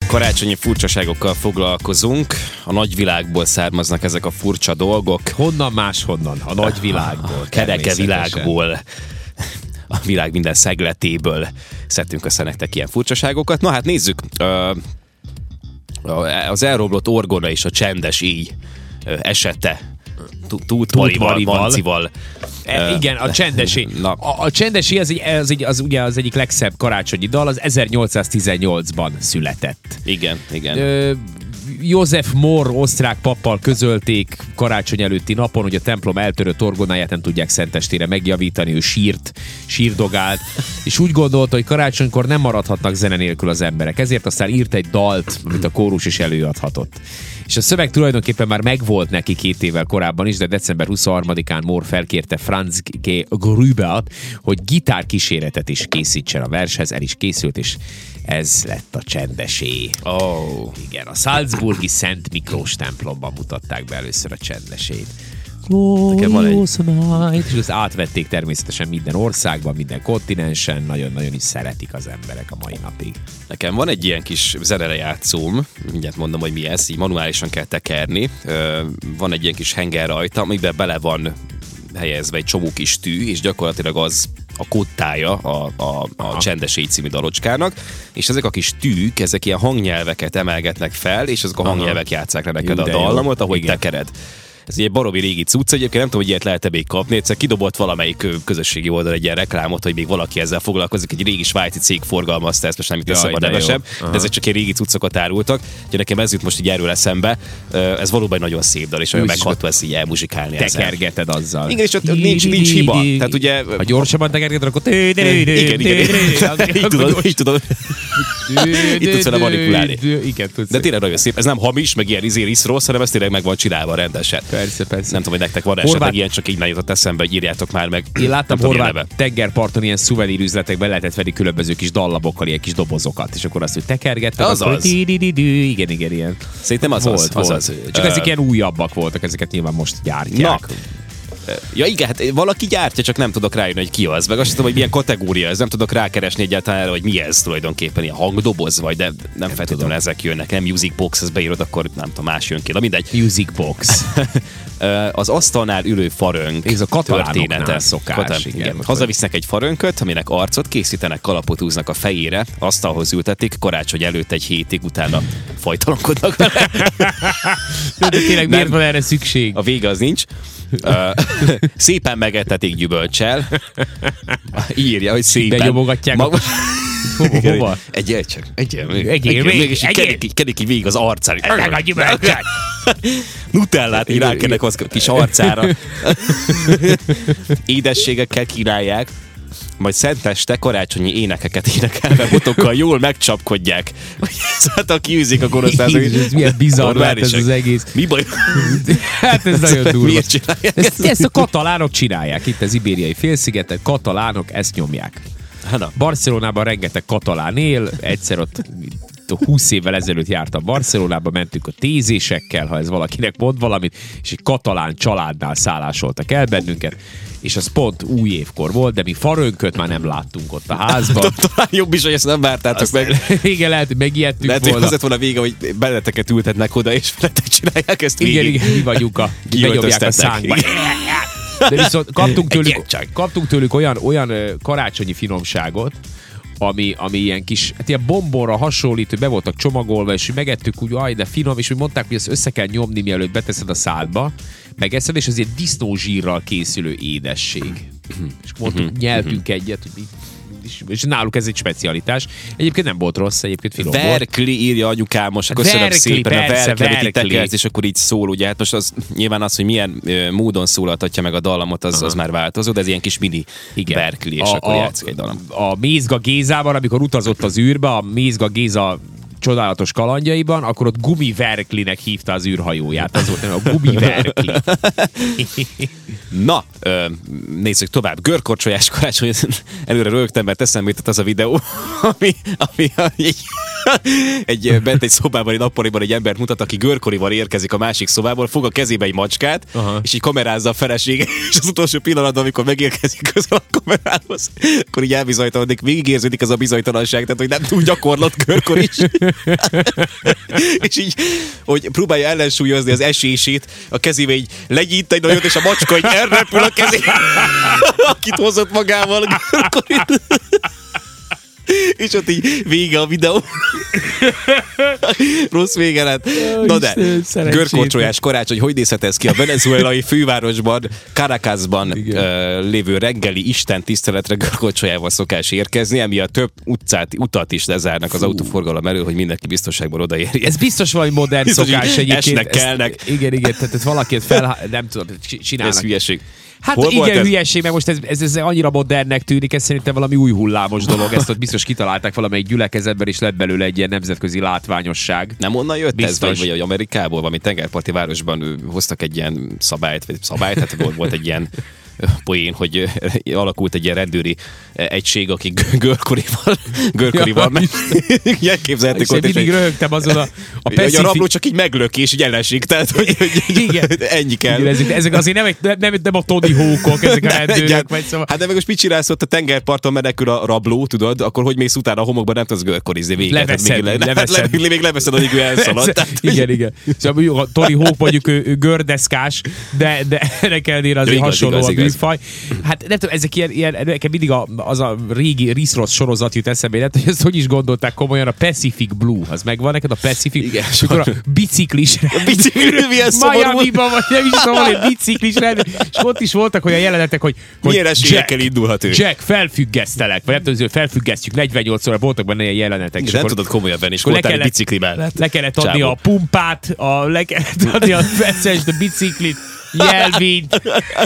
Karácsonyi furcsaságokkal foglalkozunk. A nagyvilágból származnak ezek a furcsa dolgok. Honnan máshonnan? A nagyvilágból. Kereke világból. A világ minden szegletéből szedtünk össze nektek ilyen furcsaságokat. Na hát nézzük. Az elromlott orgona és a csendes íj esete. Túltvarival, Mancival. Igen, a csendesi. A csendesi az ugye az egyik legszebb karácsonyi dal, az 1818-ban született. Igen. József Mohr osztrák pappal közölték karácsony előtti napon, hogy a templom eltörött orgonáját nem tudják szentestére megjavítani, ő sírdogált, és úgy gondolta, hogy karácsonykor nem maradhatnak zene nélkül az emberek. Ezért aztán írt egy dalt, amit a kórus is előadhatott. És a szöveg tulajdonképpen már megvolt neki 2 évvel korábban is, de december 23-án Mohr felkérte Franz G. Grübelt, hogy gitárkíséretet is készítsen a vershez, el is készült, és ez lett a csendesé. Oh. Igen, a salzburgi Szent Miklós templomban mutatták be először a csendesét. És ezt átvették természetesen minden országban, minden kontinensen, nagyon-nagyon is szeretik az emberek a mai napig. Nekem van egy ilyen kis zenelejátszóm, mindjárt mondom, hogy mi ez, így manuálisan kell tekerni. Van egy ilyen kis henger rajta, amiben bele van helyezve egy csomó kis tű, és gyakorlatilag az a kottája a Csendesé című dalocskának, és ezek a kis tűk, ezek ilyen hangnyelveket emelgetnek fel, és azok a hangnyelvek játsszák le neked a dallamot, ahogy tekered. Ez egy baromi régi cucc, egyébként nem tudom, hogy ilyet lehet-e még kapni. Egyszer kidobott valamelyik közösségi oldal egy ilyen reklámot, hogy még valaki ezzel foglalkozik. Egy régi svájci cég forgalmazta ezt, most nem jut eszembe a nevesebb, de ezek csak ilyen régi cuccokat árultak. Úgyhogy nekem ez jut most így erről eszembe. Ez valóban egy nagyon szép dal, és olyan megható ezt így elmuzsikálni ezzel. Tekergeted azzal. Igen, és ott nincs hiba. Tehát ugye... Ha gyorsabban tekergeted, akkor... Igen. Így tudod. Itt tudsz vele manipulálni. De tényleg nagyon szép. Ez nem hamis, meg ilyen izé rossz, hanem ez tényleg meg van csinálva rendesen. Persze. Nem tudom, hogy nektek van esetleg ilyen, csak így nem jutott eszembe, hogy írjátok már meg. Én láttam horvát tengerparton ilyen szuvenírüzletekben lehetett venni különböző kis dallabokkal, ilyen kis dobozokat, és akkor azt, hogy tekergettek, az. Igen, ilyen. Szerintem az. Csak ezek ilyen újabbak voltak, ezeket nyilván most gyártják. Ja igen, hát valaki gyártja, csak nem tudok rájönni, hogy ki az. Meg azt tudom, hogy milyen kategória ez, nem tudok rákeresni egyáltalán, hogy mi ez tulajdonképpen, ilyen hangdoboz vagy, de nem feltétlenül ezek jönnek. Nem Music Box, ezt beírod, akkor nem tudom, más jön ki. Na mindegy. Music Box. Az asztalnál ülő farönk. Ez a katalánoknál szokás. Igen. Hazavisznek egy farönköt, aminek arcot készítenek, kalapot húznak a fejére, asztalhoz ültetik, karácsony előtt egy hétig, utána fajtalankodnak vele. De tényleg miért van erre szükség? A vége az nincs. Szépen megetetik gyümölccsel. Írja, hogy szépen. Benyomogatják. Hova? Egyél. Mégis kedik így végig az arcán. Meg a gyümölcsel. Nutellát így rákenek az kis arcára. Édességekkel kínálják. Majd szenteste karácsonyi énekeket énekelve botokkal jól megcsapkodják. Hát aki űzik a korosztályzók. Ez milyen bizarr lett ez az egész. Mi baj? Hát ez nagyon durva. Miért csinálják ezt a katalánok csinálják. Itt az Ibériai félszigeten katalánok ezt nyomják. Barcelonában rengeteg katalán él. Egyszer ott 20 évvel ezelőtt jártam Barcelonába, mentünk a tézésekkel, ha ez valakinek mond valamit, és egy katalán családnál szállásoltak el bennünket, és az pont új évkor volt, de mi farönköt már nem láttunk ott a házban. Talán jobb is, hogy ezt nem vártátok meg. Igen, lehet, hogy megijedtünk volna. Lehet, hogy az volna vége, hogy belleteket ültetnek oda, és veletek csinálják ezt végig. Igen, mi vagyunk benyomják a szánkba. De viszont kaptunk tőlük olyan karácsonyi finomságot, ami ilyen kis, hát ilyen bombonra hasonlít, hogy be voltak csomagolva, és megettük úgy, de finom, és úgy mondták, hogy ezt össze kell nyomni, mielőtt beteszed a szádba, megeszed, és az ilyen disznózsírral készülő édesség. És mondtuk, nyeltünk egyet, hogy és náluk ez egy specialitás. Egyébként nem volt rossz, egyébként finom volt. Verkli írja anyukám, most köszönöm szépen a verkli, és akkor így szól, ugye, hát most az nyilván az, hogy milyen módon szólaltatja meg a dallamot, az már változó, de ez ilyen kis mini verkli, és akkor játszik egy dallam. A Mézga Gézával, amikor utazott az űrbe, a Mézga Géza csodálatos kalandjaiban, akkor ott Gumiverklinek hívta az űrhajóját. Az volt a Gumiverkli. Na, nézzük tovább. Görkorcsolyás karácsony, előre rögtem, mert eszembe jutott az a videó, ami Bent egy szobában, egy nappaliban egy embert mutat, aki görkorival érkezik a másik szobából, fog a kezébe egy macskát, és így kamerázza a felesége, és az utolsó pillanatban, amikor megérkezik közel a kamerához, akkor így elbizonytalanodik, végigérződik ez a bizonytalanság, tehát hogy nem túl gyakorlott görkor is. És így, hogy próbálja ellensúlyozni az esését, a kezébe így legyint egy nagyot, és a macska így elrepül a kezébe, akit hozott magával a görkorit. És ott így vége a videó. Rossz vége lett. Na de, görkorcsolyás karácsony, hogy nézhet ez ki a venezuelai fővárosban, Caracasban lévő reggeli istentiszteletre görkorcsolyával szokás érkezni, emiatt több utat is lezárnak az autóforgalom elől, hogy mindenki biztonságban odaérjen. Ez biztos valami modern szokás egyébként. Esnek, kelnek. Igen, tehát valakiért nem tudom, csinálnak. Ez hülyeség. Hát hol igen, hülyeség, meg most ez annyira modernnek tűnik, ez szerintem valami új hullámos dolog, ezt ott biztos kitalálták valamelyik gyülekezetben, és lett belőle egy ilyen nemzetközi látványosság. Nem onnan jött biztos. Ez, vagy Amerikából, valami tengerparti városban hoztak egy ilyen szabályt, hát volt egy ilyen poén, hogy alakult egy ilyen rendőri egység, akik görkorival elképzelték. És én mindig röhögtem azon a hogy a rabló csak így meglök, és így elesik, tehát hogy ennyi kell. Igen, ezek azért nem a Tony Hawkok, ezek a rendőrök. Szóval. Hát de meg most mit csinálsz ott a tengerparton menekül a rabló, tudod, akkor hogy mész utána a homokban, nem tudsz görkorizni végig. Leveszed. Még leveszed, addig ő elszalad. Igen. Szóval a Tony Hawk mondjuk ő gördeszkás, de ennek ellenére azért hasonló a műfaj. Hát nem tudom, ezek ilyen nekem mindig az a régi Riss Ross sorozat jut eszembe, hogy ezt hogy is gondolták komolyan, a Pacific Blue, az megvan neked a Pacific? Igen. Akkor a biciklis milyen szomorú. Miami-ban vagy nem is tudom, hogy biciklis rendőr, és ott is voltak olyan jelenetek, hogy milyen esélyekkel indulhat ő. Jack, felfüggesztelek, vagy nem tudom, felfüggesztjük, 48 óra voltak benne ilyen jelenetek. És nem tudod komolyan venni, és voltál egy bicikli mellett. Le kellett adni a pumpát, le kellett adni a feszest, a biciklit, jelvényt.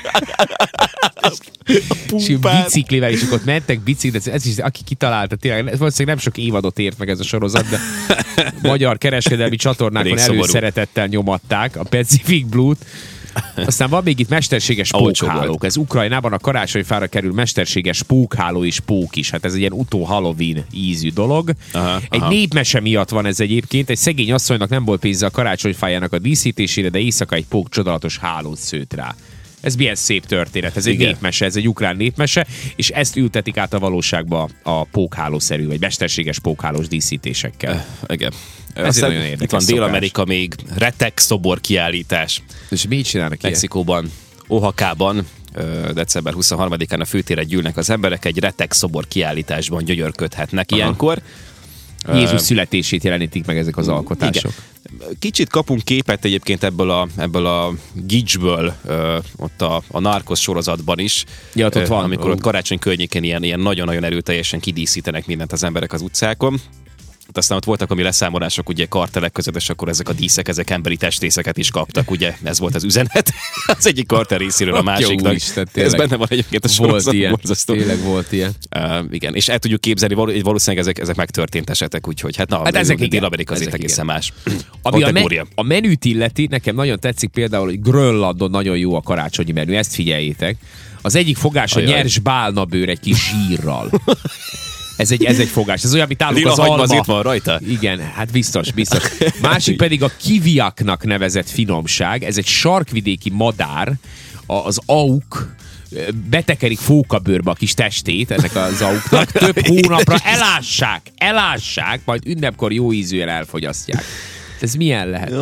És biciklivel, és ott mentek biciklit, ez is, aki kitalálta, tényleg, valószínűleg nem sok évadot ért meg ez a sorozat, de magyar kereskedelmi csatornákon előszeretettel nyomatták a Pacific Blue-t. Aztán van még itt mesterséges pókhálók. Ez Ukrajnában a karácsonyfára kerül mesterséges pókháló és pók is. Hát ez egy ilyen utó-Halloween ízű dolog. Egy népmese miatt van ez egyébként. Egy szegény asszonynak nem volt pénze a karácsonyfájának a díszítésére, de éjszaka egy pók csodálatos hálót szőtt rá. Ez milyen szép történet. Ez egy népmese, ez egy ukrán népmese, és ezt ültetik át a valóságba a pókhálószerű, vagy mesterséges pókhálós díszítésekkel. Igen. Ez nagyon érdekes. Itt van Dél-Amerika még, retek szobor kiállítás. És mit csinálnak ilyen? Mexikóban, Oaxacában, december 23-án a főtéren gyűlnek az emberek, egy retek szobor kiállításban gyönyörködhetnek ilyenkor. Jézus születését jelenítik meg ezek az alkotások. Igen. Kicsit kapunk képet egyébként ebből a gicsből, ott a Narcos sorozatban is, ott van, amikor ott karácsony környéken ilyen nagyon-nagyon erőteljesen kidíszítenek mindent az emberek az utcákon. Aztán ott voltak, ami leszámolások, ugye kartelek között, és akkor ezek a díszek, ezek emberi testrészeket is kaptak, ugye ez volt az üzenet. Az egyik kartel részéről a másiknak. Ez benne van egyébként a sorozatban. Tényleg volt ilyen. Igen, és el tudjuk képzelni, valószínűleg ezek megtörtént esetek, úgyhogy hát ezek Dél-Amerika azért egészen más. Ami a menüt illeti, nekem nagyon tetszik például, hogy Grönlandon nagyon jó a karácsonyi menü, ezt figyeljétek. Az egyik fogás a nyers bálnabőr egy kis zsírral. Ez egy fogás. Ez olyan, amit állunk az alma. Azért van rajta? Igen, hát biztos. Másik pedig a kiviaknak nevezett finomság. Ez egy sarkvidéki madár, az auk, betekerik fókabőrbe a kis testét ennek az auknak. Több hónapra elássák, majd ünnepkor jó ízűen elfogyasztják. Ez milyen lehet?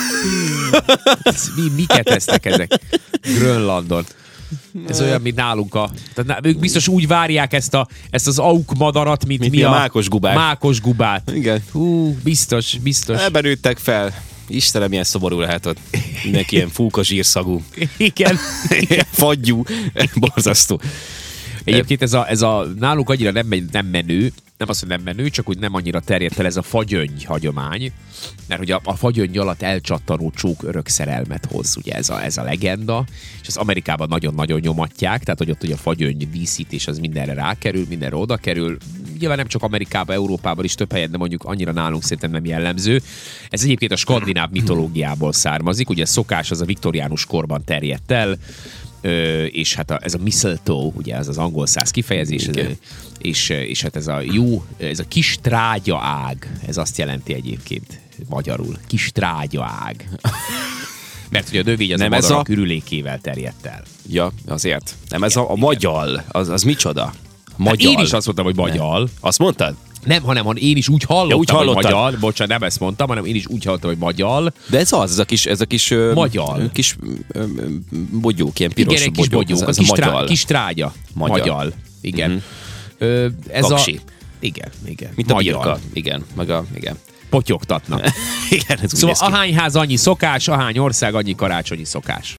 Miket esznek ezek Grönlandon? Ez olyan, mint nálunk tehát ők biztos úgy várják ezt az auk madarat, mint mi a mákos gubát. Igen. Biztos. Ebben nőttek fel. Istenem, milyen szomorú lehet ott. Mindenki ilyen fúka zsírszagú. Igen. Fagyú. Borzasztó. Egyébként ez a nálunk annyira nem menő, nem az, hogy nem menő, csak úgy nem annyira terjedt el ez a fagyöngy hagyomány, mert hogy a fagyöngy alatt elcsattanó csók örök szerelmet hoz, ugye ez a legenda, és az Amerikában nagyon-nagyon nyomatják, tehát hogy ott ugye a fagyöngy díszítés az mindenre rákerül, mindenre oda kerül, nyilván nem csak Amerikában, Európában is több helyen, de mondjuk annyira nálunk szerintem nem jellemző. Ez egyébként a skandináv mitológiából származik, ugye szokás az a viktoriánus korban terjedt el, és hát ez a mistletoe, ugye ez az angol száz kifejezés, és hát ez a kis trágya ág, ez azt jelenti egyébként magyarul, kis trágya ág. Mert ugye a növény az nem a madarak ürülékével terjedt el. Ja, azért. Nem, ez a magyal, az micsoda? Magyal. Én is azt mondtam, hogy magyal. Nem. Azt mondtad? Nem, hanem én is úgy hallottam, hogy magyal. Bocsánat, nem ezt mondtam, hanem én is úgy hallottam, hogy magyal. De ez a kis magyal. Kis bogyók, ilyen piros igen, kis bogyók. Ez a kis trágya. Magyal. Igen. Kaksi. Igen. Mint magyal. A birka. Igen. Igen. Potyogtatnak. Igen, ez szóval ahány ház, annyi szokás, ahány ország, annyi karácsonyi szokás.